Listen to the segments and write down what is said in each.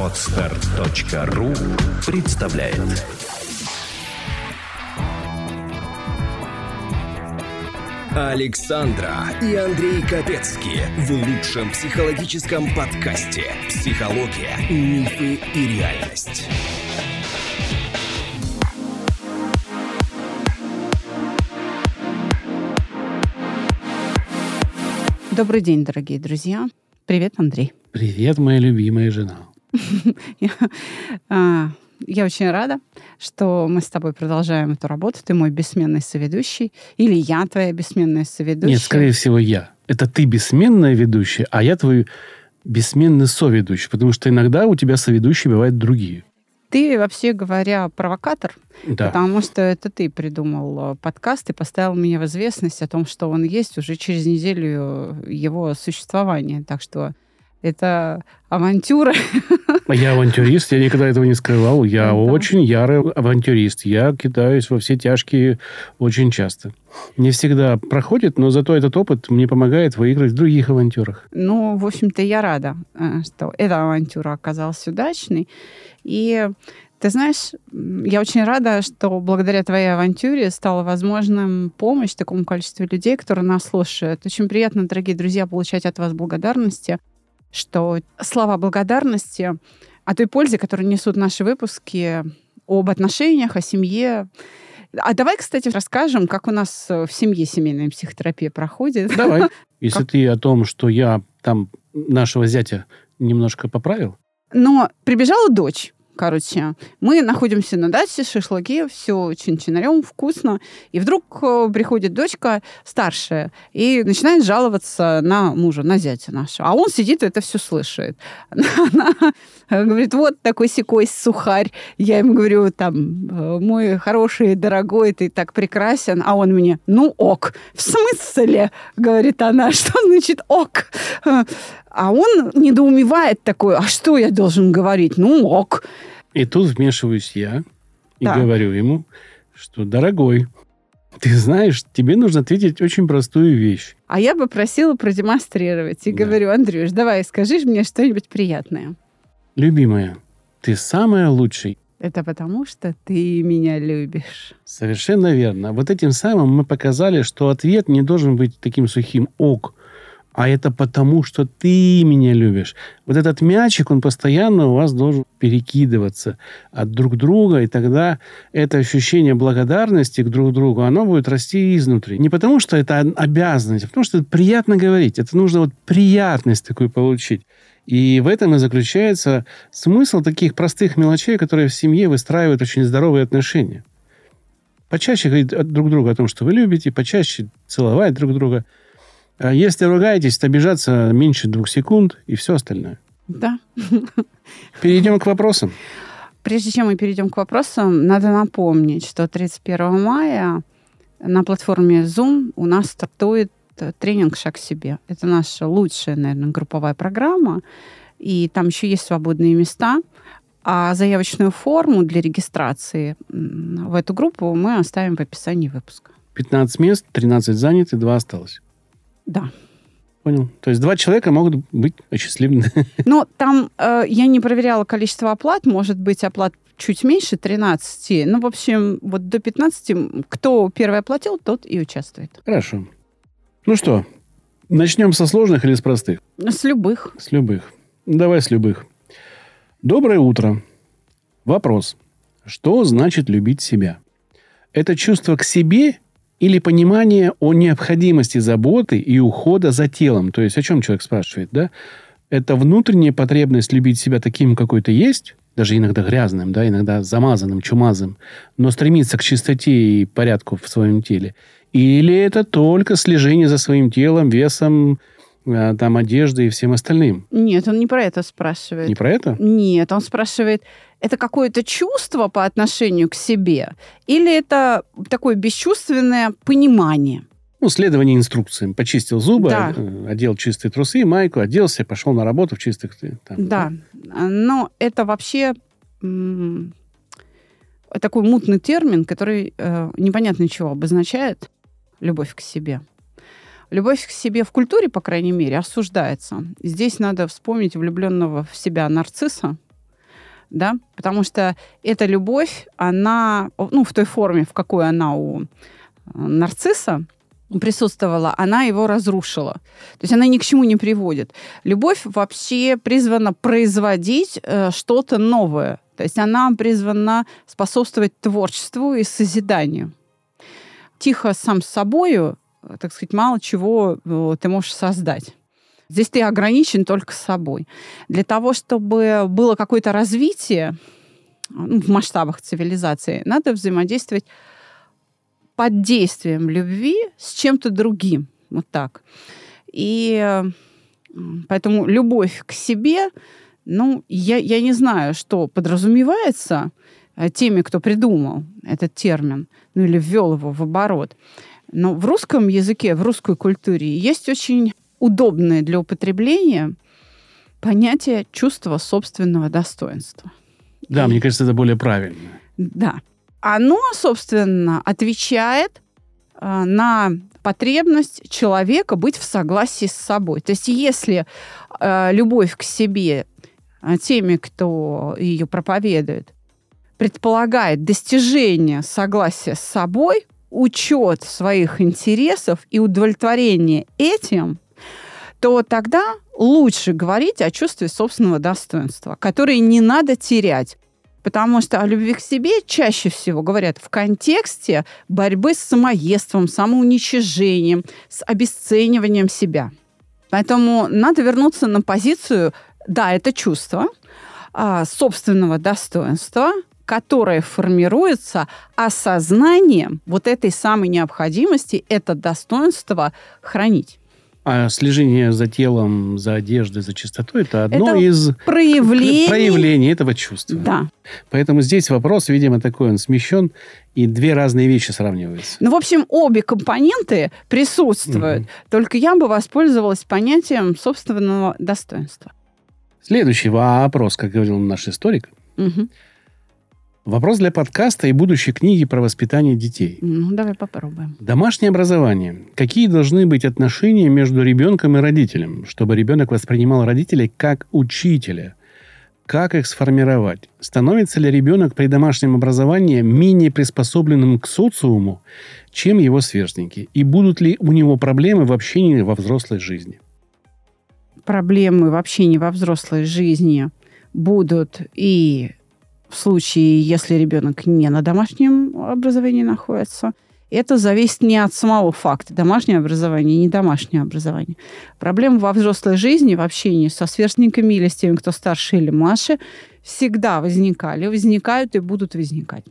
Podster.ru представляет. Александра и Андрей Капецки в лучшем психологическом подкасте «Психология, мифы и реальность». Добрый день, дорогие друзья. Привет, Андрей. Привет, моя любимая жена. Я очень рада, что мы с тобой продолжаем эту работу. Ты мой бессменный соведущий. Или я твоя бессменная соведущая. Нет, скорее всего, я. Это ты бессменная ведущая, а я твой бессменный соведущий. Потому что иногда у тебя соведущие бывают другие. Ты, вообще говоря, провокатор, да. Потому что это ты придумал подкаст и поставил меня в известность о том, что он есть уже через неделю его существования. Так что это авантюра. Я авантюрист, я никогда этого не скрывал. Я очень ярый авантюрист. Я кидаюсь во все тяжкие очень часто. Не всегда проходит, но зато этот опыт мне помогает выиграть в других авантюрах. Ну, в общем-то, я рада, что эта авантюра оказалась удачной. И ты знаешь, я очень рада, что благодаря твоей авантюре стала возможным помощь такому количеству людей, которые нас слушают. Очень приятно, дорогие друзья, получать от вас благодарности, что слова благодарности о той пользе, которую несут наши выпуски об отношениях, о семье. А давай, кстати, расскажем, как у нас в семье семейная психотерапия проходит. Давай. Если ты о том, что я там нашего зятя немножко поправил. Но прибежала дочь. Короче, мы находимся на даче, шашлыки, все чин-чинарем, вкусно. И вдруг приходит дочка старшая и начинает жаловаться на мужа, на зятя нашего. А он сидит и это все слышит. Она говорит, вот такой-сякой сухарь. Я ему говорю, там, мой хороший, дорогой, ты так прекрасен. А он мне, ну ок. В смысле? Говорит она, что значит ок? А он недоумевает такой, а что я должен говорить? Ну ок. И тут вмешиваюсь я и говорю ему, что, дорогой, ты знаешь, тебе нужно ответить очень простую вещь. А я бы просила продемонстрировать. И говорю, Андрюш, давай, скажи мне что-нибудь приятное. Любимая, ты самая лучшая. Это потому, что ты меня любишь. Совершенно верно. Вот этим самым мы показали, что ответ не должен быть таким сухим «ок», а это потому, что ты меня любишь. Вот этот мячик, он постоянно у вас должен перекидываться от друг друга, и тогда это ощущение благодарности к друг другу, оно будет расти изнутри. Не потому, что это обязанность, а потому, что это приятно говорить. Это нужно вот приятность такую получить. И в этом и заключается смысл таких простых мелочей, которые в семье выстраивают очень здоровые отношения. Почаще говорить друг другу о том, что вы любите, почаще целовать друг друга. Если ругаетесь, то обижаться меньше 2 секунд и все остальное. Да. Перейдем к вопросам. Прежде чем мы перейдем к вопросам, надо напомнить, что 31 мая на платформе Zoom у нас стартует тренинг «Шаг к себе». Это наша лучшая, наверное, групповая программа. И там еще есть свободные места. А заявочную форму для регистрации в эту группу мы оставим в описании выпуска. 15 мест, 13 заняты, 2 осталось. Да. Понял. То есть 2 человека могут быть осчастливлены. Но там я не проверяла количество оплат. Может быть, оплат чуть меньше 13. Ну, в общем, вот до 15. Кто первый оплатил, тот и участвует. Хорошо. Ну что, начнем со сложных или с простых? С любых. С любых. Давай с любых. Доброе утро. Вопрос. Что значит любить себя? Это чувство к себе или понимание о необходимости заботы и ухода за телом? То есть, о чем человек спрашивает, да? Это внутренняя потребность любить себя таким, какой ты есть, даже иногда грязным, да, иногда замазанным, чумазым, но стремиться к чистоте и порядку в своем теле. Или это только слежение за своим телом, весом, там, одеждой и всем остальным? Нет, он не про это спрашивает. Не про это? Нет, он спрашивает, это какое-то чувство по отношению к себе или это такое бесчувственное понимание? Ну, следование инструкциям. Почистил зубы, да. Одел чистые трусы, майку, оделся, пошел на работу в чистых... Там, да, но это вообще такой мутный термин, который непонятно чего обозначает любовь к себе. Любовь к себе в культуре, по крайней мере, осуждается. Здесь надо вспомнить влюбленного в себя нарцисса, да, потому что эта любовь, она, в той форме, в какой она у нарцисса присутствовала, она его разрушила. То есть она ни к чему не приводит. Любовь вообще призвана производить что-то новое. То есть она призвана способствовать творчеству и созиданию. Тихо сам с собою, так сказать, мало чего ты можешь создать. Здесь ты ограничен только собой. Для того, чтобы было какое-то развитие в масштабах цивилизации, надо взаимодействовать под действием любви с чем-то другим. Вот так. И поэтому любовь к себе, я не знаю, что подразумевается теми, кто придумал этот термин, или ввел его в оборот. Но в русском языке, в русской культуре есть очень удобное для употребления понятие чувства собственного достоинства. Да, мне кажется, это более правильно. Да. Оно, собственно, отвечает на потребность человека быть в согласии с собой. То есть если любовь к себе теми, кто ее проповедует, предполагает достижение согласия с собой, учет своих интересов и удовлетворение этим, то тогда лучше говорить о чувстве собственного достоинства, которое не надо терять. Потому что о любви к себе чаще всего говорят в контексте борьбы с самоедством, самоуничижением, с обесцениванием себя. Поэтому надо вернуться на позицию, да, это чувство собственного достоинства, которое формируется осознанием вот этой самой необходимости это достоинство хранить. А слежение за телом, за одеждой, за чистотой – это одно из проявлений этого чувства. Да. Поэтому здесь вопрос, видимо, такой, он смещен, и две разные вещи сравниваются. В общем, обе компоненты присутствуют. Только я бы воспользовалась понятием собственного достоинства. Следующий вопрос, как говорил наш историк. Вопрос для подкаста и будущей книги про воспитание детей. Давай попробуем. Домашнее образование. Какие должны быть отношения между ребенком и родителем, чтобы ребенок воспринимал родителей как учителя? Как их сформировать? Становится ли ребенок при домашнем образовании менее приспособленным к социуму, чем его сверстники? И будут ли у него проблемы в общении во взрослой жизни? Проблемы в общении во взрослой жизни будут и в случае, если ребенок не на домашнем образовании находится. Это зависит не от самого факта домашнее образование, не домашнее образование. Проблемы во взрослой жизни, в общении со сверстниками или с теми, кто старше или младше, всегда возникают и будут возникать.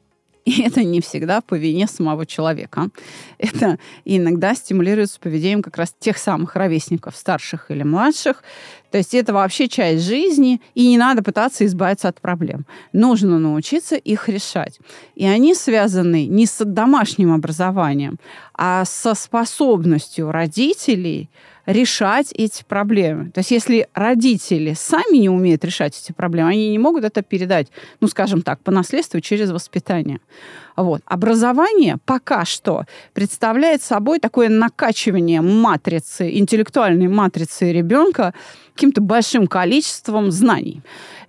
И это не всегда по вине самого человека. Это иногда стимулируется поведением как раз тех самых ровесников, старших или младших. То есть это вообще часть жизни, и не надо пытаться избавиться от проблем. Нужно научиться их решать. И они связаны не с домашним образованием, а со способностью родителей решать эти проблемы. То есть если родители сами не умеют решать эти проблемы, они не могут это передать, скажем так, по наследству через воспитание. Вот. Образование пока что представляет собой такое накачивание матрицы, интеллектуальной матрицы ребенка каким-то большим количеством знаний.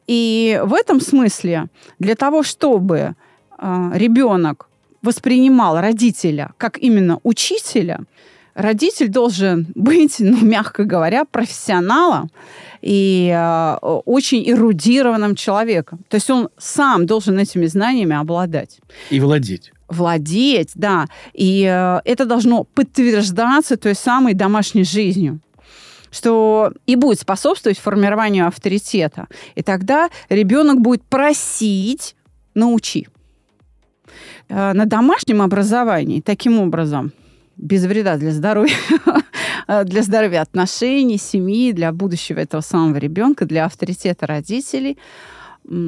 И в этом смысле для того, чтобы ребенок воспринимал родителя как именно учителя, родитель должен быть, мягко говоря, профессионалом и очень эрудированным человеком. То есть он сам должен этими знаниями обладать. И владеть. Владеть, да. И это должно подтверждаться той самой домашней жизнью, что и будет способствовать формированию авторитета. И тогда ребенок будет просить «научи». На домашнем образовании таким образом без вреда для здоровья, для здоровья отношений, семьи, для будущего этого самого ребенка, для авторитета родителей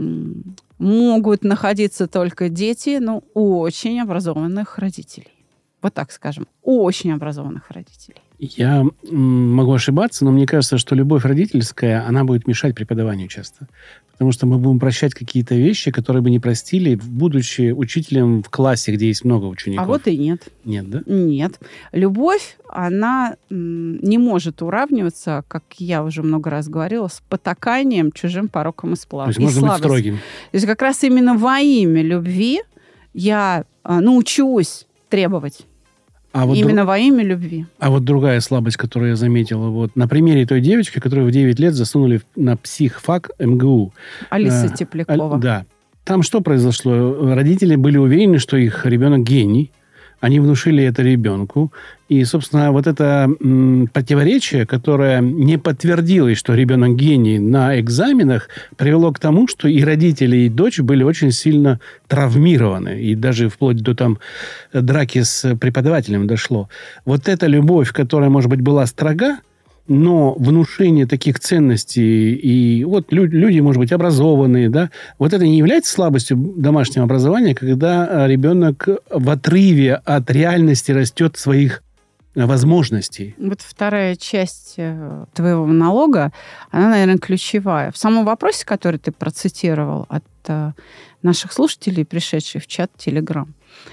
могут находиться только дети, очень образованных родителей. Вот так скажем. У очень образованных родителей. Я могу ошибаться, но мне кажется, что любовь родительская, она будет мешать преподаванию часто. Потому что мы будем прощать какие-то вещи, которые бы не простили, будучи учителем в классе, где есть много учеников. А вот и нет. Нет, да? Нет. Любовь, она не может уравниваться, как я уже много раз говорила, с потаканием, чужим пороком и То есть можно быть строгим. То есть как раз именно во имя любви я научусь требовать. А вот именно во имя любви. А вот другая слабость, которую я заметила, вот на примере той девочки, которую в 9 лет засунули на психфак МГУ. Алиса Теплякова. Да. Там что произошло? Родители были уверены, что их ребенок гений. Они внушили это ребенку. И, собственно, вот это противоречие, которое не подтвердилось, что ребенок гений на экзаменах, привело к тому, что и родители, и дочь были очень сильно травмированы. И даже вплоть до там драки с преподавателем дошло. Вот эта любовь, которая, может быть, была строга, но внушение таких ценностей, и вот люди, может быть, образованные, да, вот это не является слабостью домашнего образования, когда ребенок в отрыве от реальности растет своих возможностей. Вот вторая часть твоего монолога, она, наверное, ключевая. В самом вопросе, который ты процитировал от наших слушателей, пришедших в чат Telegram,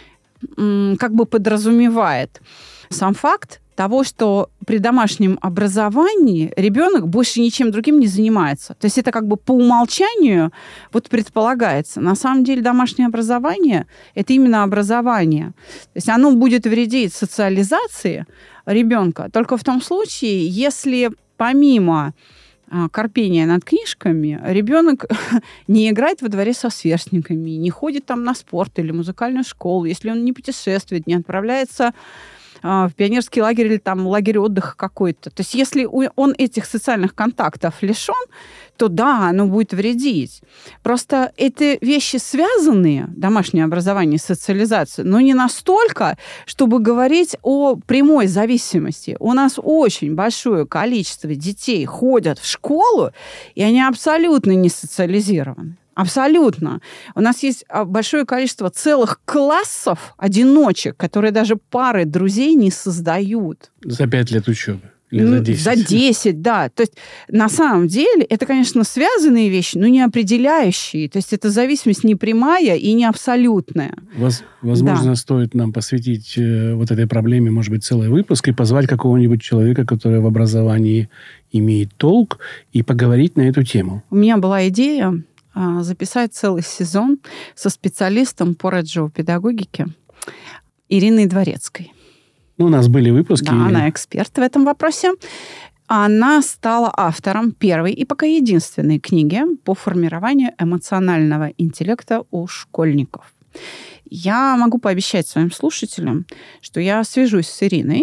как бы подразумевает сам факт того, что при домашнем образовании ребенок больше ничем другим не занимается. То есть это как бы по умолчанию вот предполагается. На самом деле домашнее образование – это именно образование. То есть оно будет вредить социализации ребенка только в том случае, если помимо корпения над книжками ребенок не играет во дворе со сверстниками, не ходит там на спорт или музыкальную школу, если он не путешествует, не отправляется в пионерский лагерь или там лагерь отдыха какой-то. То есть если он этих социальных контактов лишен, то да, оно будет вредить. Просто эти вещи связанные, домашнее образование и социализация, но не настолько, чтобы говорить о прямой зависимости. У нас очень большое количество детей ходят в школу, и они абсолютно не социализированы. Абсолютно. У нас есть большое количество целых классов одиночек, которые даже пары друзей не создают. За 5 лет учебы. Или за 10. За 10, да. То есть на самом деле это, конечно, связанные вещи, но не определяющие. То есть это зависимость не прямая и не абсолютная. Возможно, стоит нам посвятить вот этой проблеме, может быть, целый выпуск и позвать какого-нибудь человека, который в образовании имеет толк, и поговорить на эту тему. У меня была идея записать целый сезон со специалистом по радиопедагогике Ириной Дворецкой. У нас были выпуски. Да, она эксперт в этом вопросе. Она стала автором первой и пока единственной книги по формированию эмоционального интеллекта у школьников. Я могу пообещать своим слушателям, что я свяжусь с Ириной,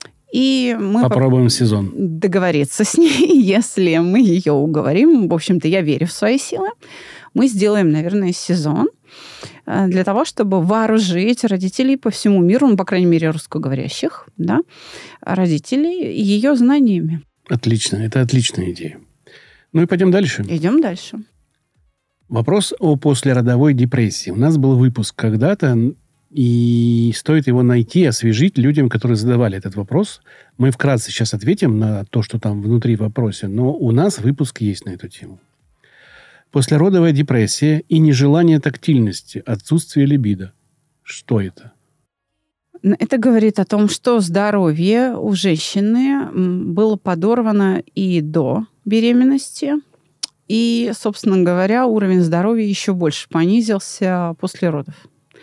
и мы попробуем сезон. Договориться с ней, если мы ее уговорим. В общем-то, я верю в свои силы. Мы сделаем, наверное, сезон для того, чтобы вооружить родителей по всему миру, ну, по крайней мере, русскоговорящих, да, родителей ее знаниями. Отлично. Это отличная идея. Ну и пойдем дальше. Идем дальше. Вопрос о послеродовой депрессии. У нас был выпуск когда-то, и стоит его найти, освежить людям, которые задавали этот вопрос. Мы вкратце сейчас ответим на то, что там внутри в вопросе, но у нас выпуск есть на эту тему. Послеродовая депрессия и нежелание тактильности, отсутствие либидо. Что это? Это говорит о том, что здоровье у женщины было подорвано и до беременности, и, собственно говоря, уровень здоровья еще больше понизился после родов.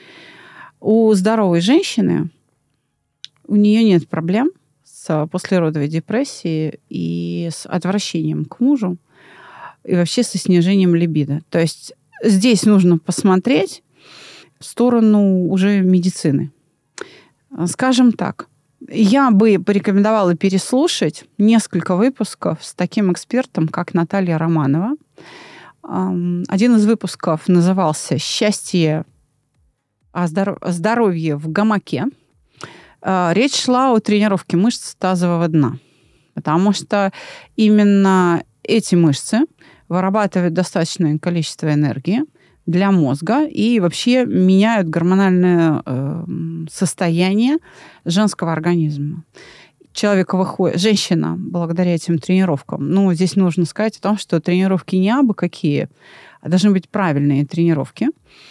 У здоровой женщины, у нее нет проблем с послеродовой депрессией и с отвращением к мужу, и вообще со снижением либидо. То есть здесь нужно посмотреть в сторону уже медицины. Скажем так, я бы порекомендовала переслушать несколько выпусков с таким экспертом, как Наталья Романова. Один из выпусков назывался «Счастье здоровье в гамаке». Речь шла о тренировке мышц тазового дна, потому что именно эти мышцы вырабатывают достаточное количество энергии для мозга и вообще меняют гормональное состояние женского организма. Женщина, благодаря этим тренировкам, здесь нужно сказать о том, что тренировки не абы какие, а должны быть правильные тренировки,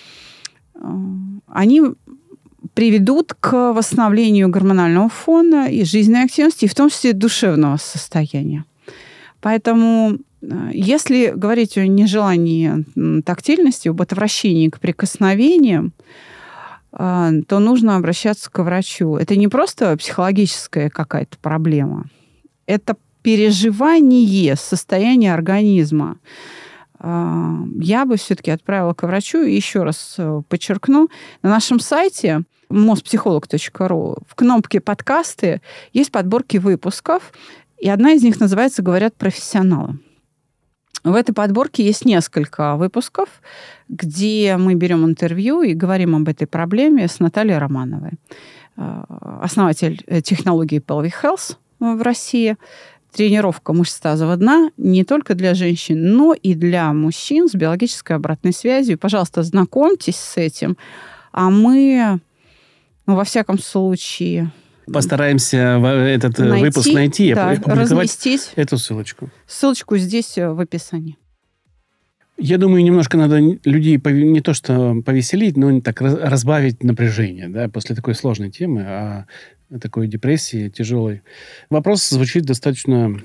они приведут к восстановлению гормонального фона и жизненной активности, и в том числе душевного состояния. Поэтому, если говорить о нежелании тактильности, об отвращении к прикосновениям, то нужно обращаться к врачу. Это не просто психологическая какая-то проблема. Это переживание состояния организма. Я бы все-таки отправила к врачу. И еще раз подчеркну, на нашем сайте mospsycholog.ru в кнопке «Подкасты» есть подборки выпусков, и одна из них называется «Говорят профессионалы». В этой подборке есть несколько выпусков, где мы берем интервью и говорим об этой проблеме с Натальей Романовой, основатель технологии Pelvic Health в России. Тренировка мышц тазового дна не только для женщин, но и для мужчин с биологической обратной связью. Пожалуйста, знакомьтесь с этим. А мы, во всяком случае... Постараемся этот выпуск найти и опубликовать разместить эту ссылочку. Ссылочку здесь в описании. Я думаю, немножко надо людей не то что повеселить, но так разбавить напряжение, да, после такой сложной темы, о такой депрессии тяжелой. Вопрос звучит достаточно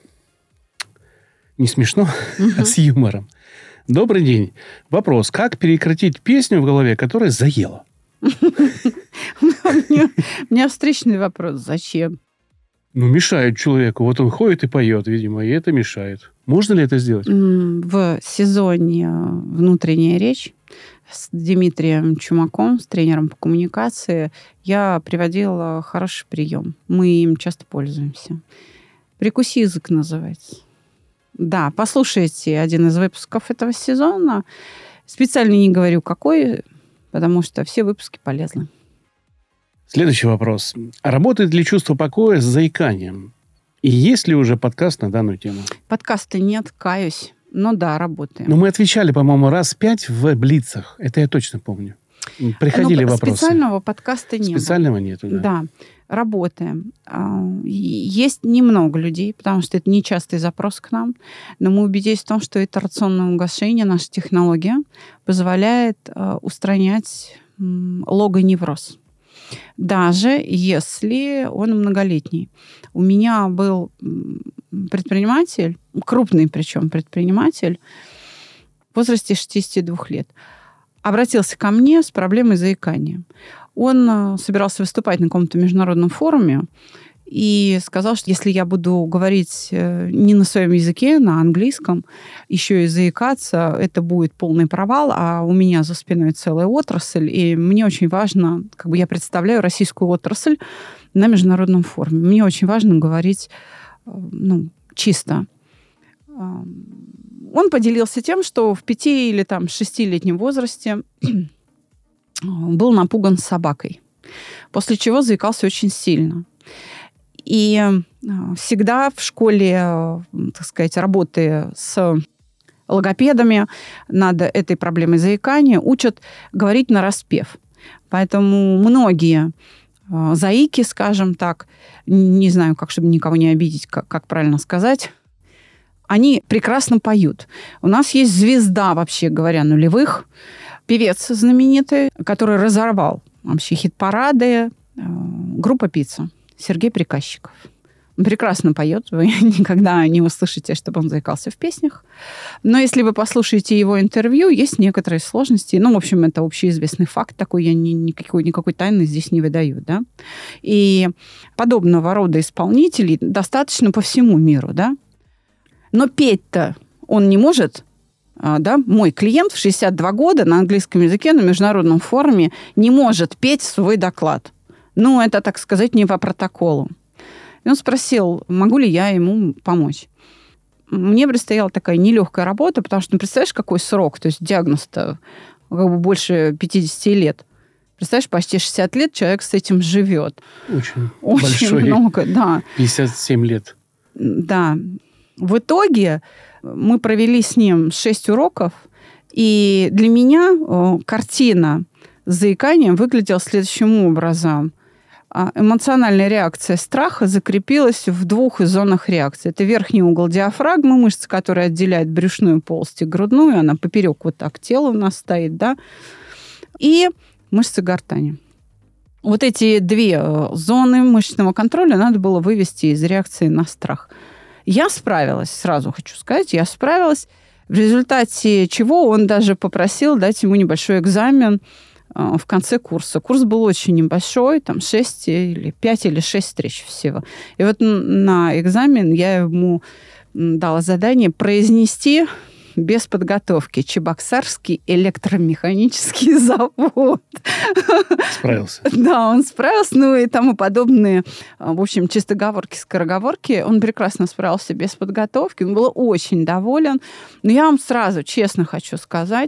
не смешно, а с юмором. Добрый день. Вопрос. Как прекратить песню в голове, которая заела? У меня встречный вопрос. Зачем? Мешает человеку. Вот он ходит и поет, видимо, и это мешает. Можно ли это сделать? В сезоне «Внутренняя речь» с Дмитрием Чумаком, с тренером по коммуникации, я приводила хороший прием. Мы им часто пользуемся. «Прикуси язык» называется. Да, послушайте один из выпусков этого сезона. Специально не говорю, какой, потому что все выпуски полезны. Следующий вопрос. Работает ли чувство покоя с заиканием? И есть ли уже подкаст на данную тему? Подкаста нет, каюсь. Но да, работаем. Мы отвечали, по-моему, раз 5 в блицах. Это я точно помню. Приходили вопросы. Специального подкаста нет. Специального нету, да. Да, работаем. Есть немного людей, потому что это нечастый запрос к нам, но мы убедились в том, что итерационное угошение, наша технология, позволяет устранять логоневроз. Даже если он многолетний. У меня был предприниматель, крупный причем предприниматель, в возрасте 62 лет. Обратился ко мне с проблемой заикания. Он собирался выступать на каком-то международном форуме и сказал, что если я буду говорить не на своем языке, на английском, еще и заикаться, это будет полный провал, а у меня за спиной целая отрасль, и мне очень важно, я представляю российскую отрасль на международном форуме. Мне очень важно говорить чисто. Он поделился тем, что в 5 или 6-летнем возрасте был напуган собакой, после чего заикался очень сильно. И всегда в школе, работая с логопедами над этой проблемой заикания, учат говорить нараспев. Поэтому многие заики, скажем так, не знаю, чтобы никого не обидеть, как правильно сказать, они прекрасно поют. У нас есть звезда, вообще говоря, нулевых, певец знаменитый, который разорвал вообще хит-парады, группа «Пицца». Сергей Приказчиков. Он прекрасно поет. Вы никогда не услышите, чтобы он заикался в песнях. Но если вы послушаете его интервью, есть некоторые сложности. В общем, это общеизвестный факт такой. Я никакой тайны здесь не выдаю. Да? И подобного рода исполнителей достаточно по всему миру. Да? Но петь-то он не может. Да? Мой клиент в 62 года на английском языке на международном форуме не может петь свой доклад. Это, так сказать, не по протоколу. И он спросил, могу ли я ему помочь. Мне предстояла такая нелегкая работа, потому что, представляешь, какой срок? То есть диагноз-то больше 50 лет. Представляешь, почти 60 лет человек с этим живет. Очень большой. Много, да. 57 лет. Да. В итоге мы провели с ним 6 уроков, И для меня картина с заиканием выглядела следующим образом. Эмоциональная реакция страха закрепилась в двух зонах реакции. Это верхний угол диафрагмы, мышца, которая отделяет брюшную полость и грудную. Она поперек вот так тела у нас стоит, да. И мышцы гортани. Вот эти две зоны мышечного контроля надо было вывести из реакции на страх. Я справилась, сразу хочу сказать, я справилась, в результате чего он даже попросил дать ему небольшой экзамен в конце курса. Курс был очень небольшой, там 5 или 6 встреч всего. И вот на экзамен я ему дала задание произнести без подготовки Чебоксарский электромеханический завод. Справился. Да, он справился, ну и тому подобные, в общем, чистоговорки, скороговорки. Он прекрасно справился без подготовки, он был очень доволен. Но я вам сразу честно хочу сказать,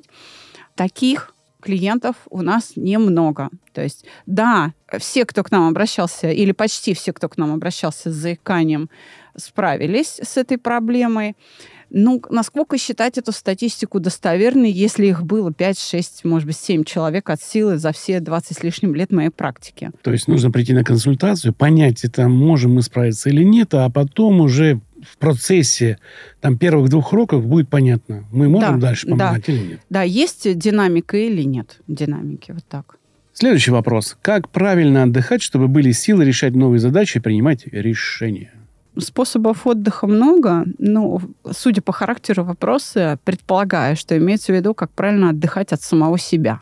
таких клиентов у нас немного. То есть, да, все, кто к нам обращался, или почти все, кто к нам обращался с заиканием, справились с этой проблемой. Ну, насколько считать эту статистику достоверной, если их было 5, 6, может быть, 7 человек от силы за все 20 с лишним лет моей практики? То есть нужно прийти на консультацию, понять, это можем мы справиться или нет, а потом уже в процессе там, первых 2 уроков будет понятно, мы можем дальше помогать или нет. Да, есть динамика или нет динамики, вот так. Следующий вопрос. Как правильно отдыхать, чтобы были силы решать новые задачи и принимать решения? Способов отдыха много, но, судя по характеру вопроса, предполагаю, что имеется в виду, как правильно отдыхать от самого себя.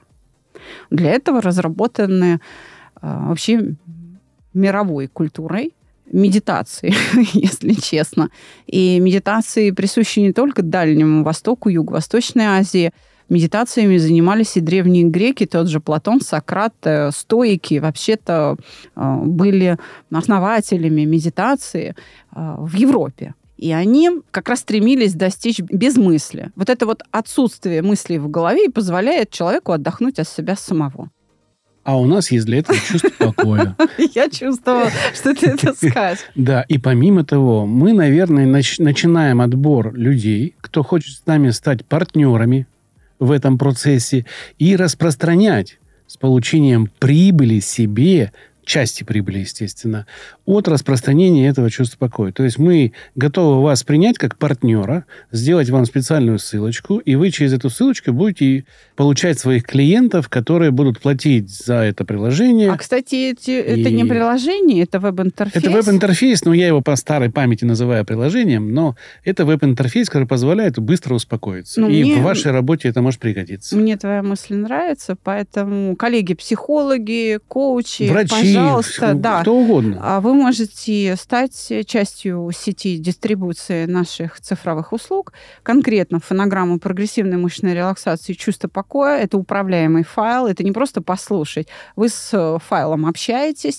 Для этого разработаны вообще мировой культурой медитации, если честно. И медитации присущи не только Дальнему Востоку, Юго-Восточной Азии. Медитациями занимались и древние греки, тот же Платон, Сократ, стоики. Вообще-то были основателями медитации в Европе. И они как раз стремились достичь безмыслия. Вот это вот отсутствие мыслей в голове позволяет человеку отдохнуть от себя самого. А у нас есть для этого чувство покоя. Я чувствовала, что ты это скажешь. Да, и помимо того, мы, наверное, начинаем отбор людей, кто хочет с нами стать партнерами в этом процессе и распространять с получением прибыли себе, части прибыли, естественно, от распространения этого чувства покоя. То есть мы готовы вас принять как партнера, сделать вам специальную ссылочку, и вы через эту ссылочку будете получать своих клиентов, которые будут платить за это приложение. А, кстати, это не приложение, это веб-интерфейс? Это веб-интерфейс, но я его по старой памяти называю приложением, но это веб-интерфейс, который позволяет быстро успокоиться. Ну, и в вашей работе это может пригодиться. Мне твоя мысль нравится, поэтому коллеги-психологи, коучи, врачи, пожалуйста, кто угодно. Вы можете стать частью сети дистрибуции наших цифровых услуг. Конкретно фонограмму прогрессивной мышечной релаксации «Чувство покоя». Это управляемый файл. Это не просто послушать. Вы с файлом общаетесь,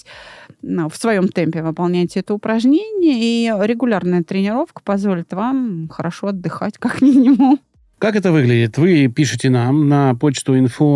в своем темпе выполняете это упражнение, и регулярная тренировка позволит вам хорошо отдыхать, как минимум. Как это выглядит? Вы пишете нам на почту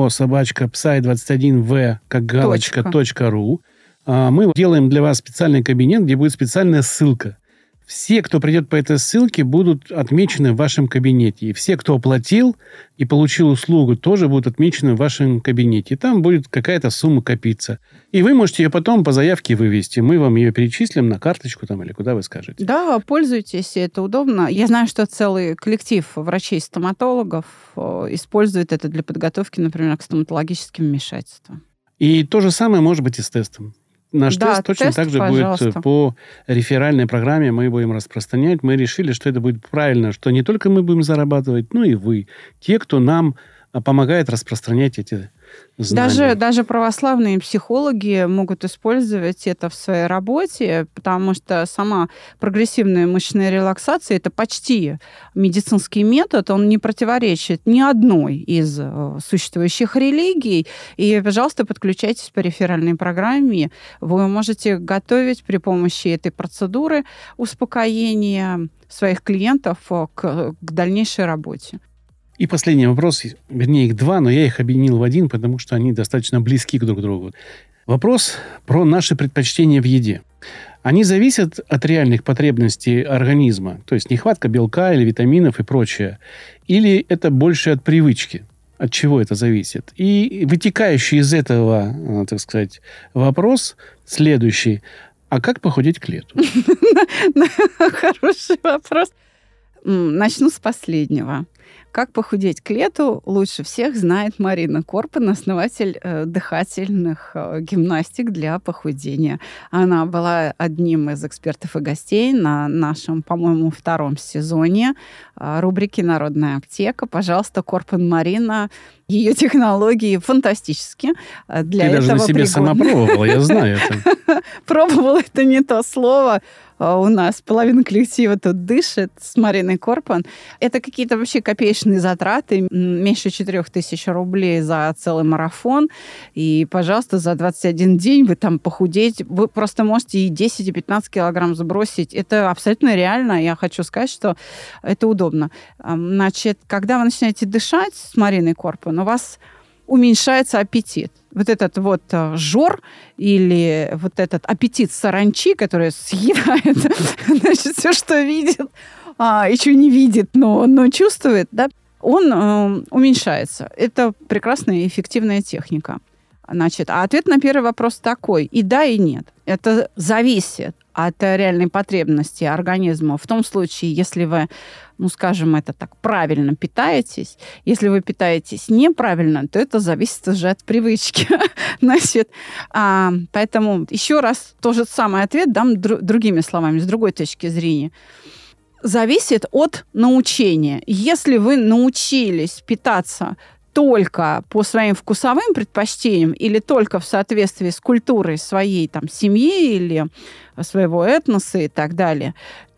info@psy21v как галочка.ру. Мы делаем для вас специальный кабинет, где будет специальная ссылка. Все, кто придет по этой ссылке, будут отмечены в вашем кабинете. И все, кто оплатил и получил услугу, тоже будут отмечены в вашем кабинете. И там будет какая-то сумма копиться. И вы можете ее потом по заявке вывести. Мы вам ее перечислим на карточку там, или куда вы скажете. Да, пользуйтесь, это удобно. Я знаю, что целый коллектив врачей-стоматологов использует это для подготовки, например, к стоматологическим вмешательствам. И то же самое может быть и с тестом. Наш тест точно так же будет по реферальной программе. Мы будем распространять. Мы решили, что это будет правильно, что не только мы будем зарабатывать, но и вы. Те, кто нам помогает распространять эти знания. Даже православные психологи могут использовать это в своей работе, потому что сама прогрессивная мышечная релаксация – это почти медицинский метод, он не противоречит ни одной из существующих религий. И, пожалуйста, подключайтесь по реферальной программе. Вы можете готовить при помощи этой процедуры успокоения своих клиентов к дальнейшей работе. И последний вопрос, вернее, их два, но я их объединил в один, потому что они достаточно близки друг к другу. Вопрос про наши предпочтения в еде. Они зависят от реальных потребностей организма, то есть нехватка белка или витаминов и прочее, или это больше от привычки? От чего это зависит? И вытекающий из этого, так сказать, вопрос следующий. А как похудеть к лету? Хороший вопрос. Начну с последнего. Как похудеть к лету лучше всех знает Марина Корпан, основатель дыхательных гимнастик для похудения. Она была одним из экспертов и гостей на нашем, по-моему, 2 сезоне рубрики «Народная аптека». Пожалуйста, Корпан Марина. Ее технологии фантастические. Для Ты даже на себе сама пробовала, я знаю это. Пробовала, это не то слово. У нас половина коллектива тут дышит с Мариной Корпан. Это какие-то вообще копеечные затраты. Меньше 4000 рублей за целый марафон. И, пожалуйста, за 21 день вы там похудеете. Вы просто можете и 10, и 15 килограмм сбросить. Это абсолютно реально. Я хочу сказать, что это удобно. Значит, когда вы начинаете дышать с Мариной Корпан, у вас уменьшается аппетит. Вот этот вот жор или вот этот аппетит саранчи, который съедает, значит, все, что видит, еще не видит, но чувствует, да, он уменьшается. Это прекрасная и эффективная техника. Значит, а ответ на первый вопрос такой: и да, и нет. Это зависит от реальной потребности организма. В том случае, если вы, скажем, это так, правильно питаетесь. Если вы питаетесь неправильно, то это зависит уже от привычки. Значит, поэтому еще раз тот же самый ответ дам другими словами, с другой точки зрения. Зависит от научения. Если вы научились питаться только по своим вкусовым предпочтениям или только в соответствии с культурой своей там, семьи или своего этноса и так далее,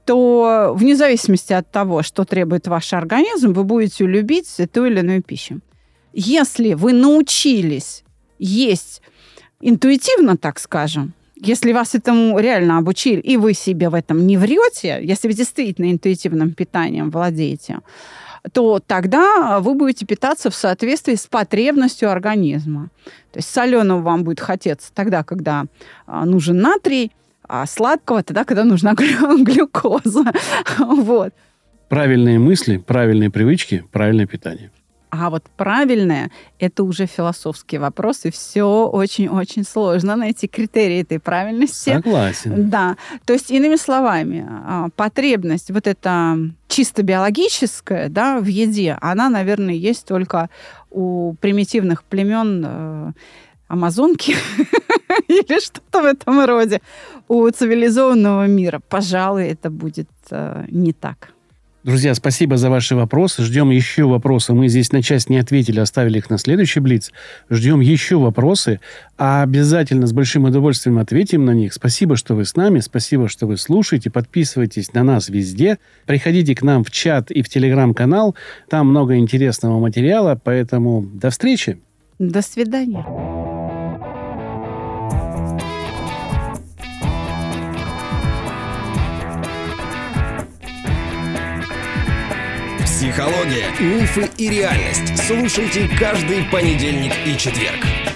то вне зависимости от того, что требует ваш организм, вы будете любить ту или иную пищу. Если вы научились есть интуитивно, так скажем, если вас этому реально обучили, и вы себе в этом не врете, если вы действительно интуитивным питанием владеете, то тогда вы будете питаться в соответствии с потребностью организма. То есть соленого вам будет хотеться тогда, когда нужен натрий, а сладкого тогда, когда нужна глюкоза. Вот. Правильные мысли, правильные привычки, правильное питание. А вот правильное – это уже философский вопрос, и все очень-очень сложно найти критерии этой правильности. Согласен. Да. То есть, иными словами, потребность вот эта чисто биологическая, да, в еде, она, наверное, есть только у примитивных племен Амазонки или что-то в этом роде. У цивилизованного мира, пожалуй, это будет не так. Друзья, спасибо за ваши вопросы. Ждем еще вопросы. Мы здесь на часть не ответили, оставили их на следующий блиц. Ждем еще вопросы. А обязательно с большим удовольствием ответим на них. Спасибо, что вы с нами. Спасибо, что вы слушаете. Подписывайтесь на нас везде. Приходите к нам в чат и в телеграм-канал. Там много интересного материала. Поэтому до встречи. До свидания. Психология, мифы и реальность. Слушайте каждый понедельник и четверг.